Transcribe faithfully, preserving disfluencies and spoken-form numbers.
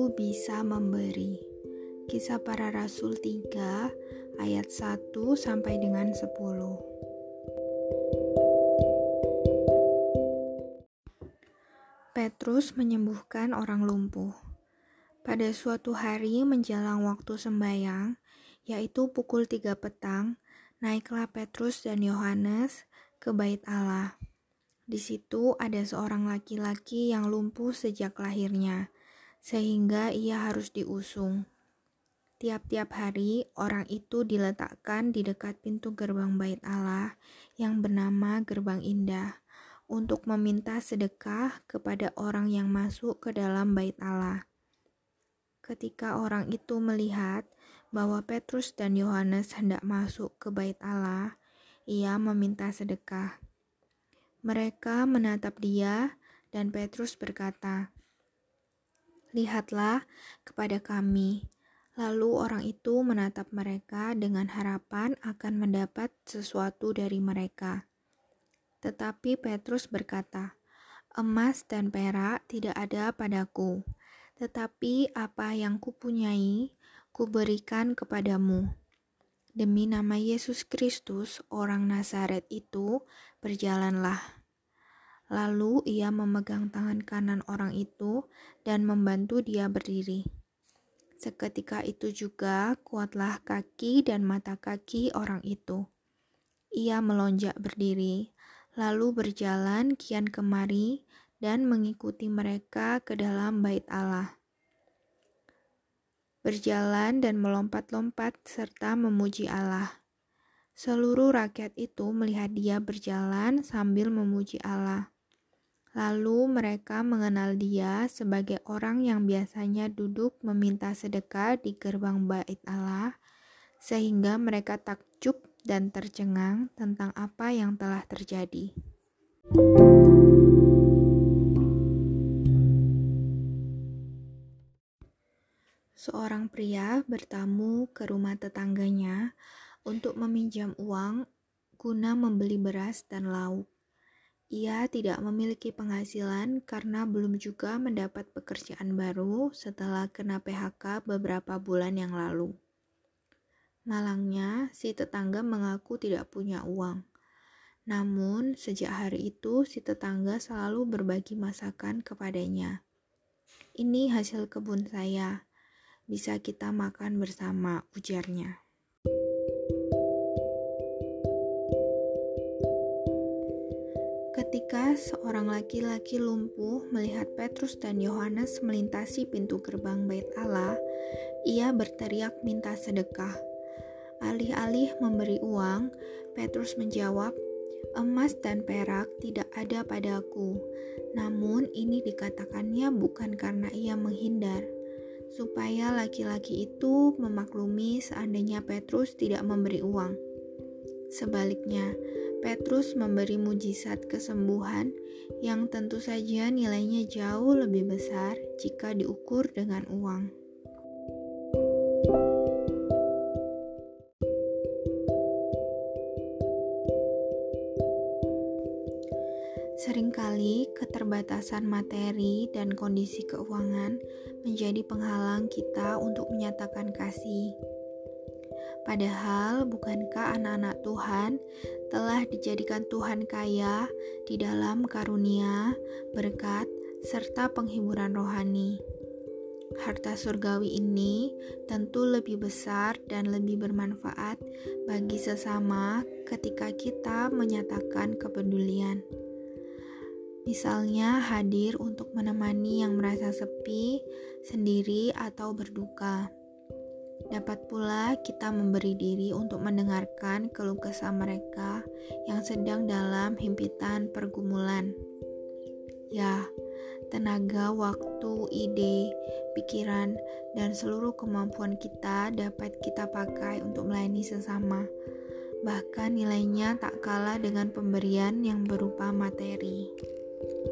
Kamu bisa memberi. Kisah Para Rasul tiga ayat satu sampai dengan sepuluh. Petrus menyembuhkan orang lumpuh. Pada suatu hari menjelang waktu sembahyang, yaitu pukul tiga petang, naiklah Petrus dan Yohanes ke bait Allah. Di situ ada seorang laki-laki yang lumpuh sejak lahirnya, sehingga ia harus diusung. Tiap-tiap hari, orang itu diletakkan di dekat pintu gerbang bait Allah yang bernama Gerbang Indah, untuk meminta sedekah kepada orang yang masuk ke dalam bait Allah. Ketika orang itu melihat bahwa Petrus dan Yohanes hendak masuk ke bait Allah, ia meminta sedekah. Mereka menatap dia, dan Petrus berkata, "Lihatlah kepada kami." Lalu orang itu menatap mereka dengan harapan akan mendapat sesuatu dari mereka. Tetapi Petrus berkata, "Emas dan perak tidak ada padaku, tetapi apa yang kupunyai, kuberikan kepadamu. Demi nama Yesus Kristus, orang Nazaret itu, berjalanlah." Lalu ia memegang tangan kanan orang itu dan membantu dia berdiri. Seketika itu juga kuatlah kaki dan mata kaki orang itu. Ia melonjak berdiri, lalu berjalan kian kemari dan mengikuti mereka ke dalam bait Allah. Berjalan dan melompat-lompat serta memuji Allah. Seluruh rakyat itu melihat dia berjalan sambil memuji Allah. Lalu mereka mengenal dia sebagai orang yang biasanya duduk meminta sedekah di gerbang bait Allah, sehingga mereka takjub dan tercengang tentang apa yang telah terjadi. Seorang pria bertamu ke rumah tetangganya untuk meminjam uang guna membeli beras dan lauk. Ia tidak memiliki penghasilan karena belum juga mendapat pekerjaan baru setelah kena P H K beberapa bulan yang lalu. Malangnya, si tetangga mengaku tidak punya uang. Namun, sejak hari itu si tetangga selalu berbagi masakan kepadanya. "Ini hasil kebun saya, bisa kita makan bersama," ujarnya. Ketika seorang laki-laki lumpuh melihat Petrus dan Yohanes melintasi pintu gerbang bait Allah, ia berteriak minta sedekah. Alih-alih memberi uang, Petrus menjawab, "Emas dan perak tidak ada padaku." Namun ini dikatakannya bukan karena ia menghindar, supaya laki-laki itu memaklumi seandainya Petrus tidak memberi uang. Sebaliknya, Petrus memberi mujizat kesembuhan yang tentu saja nilainya jauh lebih besar jika diukur dengan uang. Seringkali keterbatasan materi dan kondisi keuangan menjadi penghalang kita untuk menyatakan kasih. Padahal bukankah anak-anak Tuhan telah dijadikan Tuhan kaya di dalam karunia, berkat, serta penghiburan rohani. Harta surgawi ini tentu lebih besar dan lebih bermanfaat bagi sesama ketika kita menyatakan kepedulian. Misalnya hadir untuk menemani yang merasa sepi, sendiri, atau berduka. Dapat pula kita memberi diri untuk mendengarkan keluh kesah mereka yang sedang dalam himpitan pergumulan. Ya, tenaga, waktu, ide, pikiran, dan seluruh kemampuan kita dapat kita pakai untuk melayani sesama. Bahkan nilainya tak kalah dengan pemberian yang berupa materi.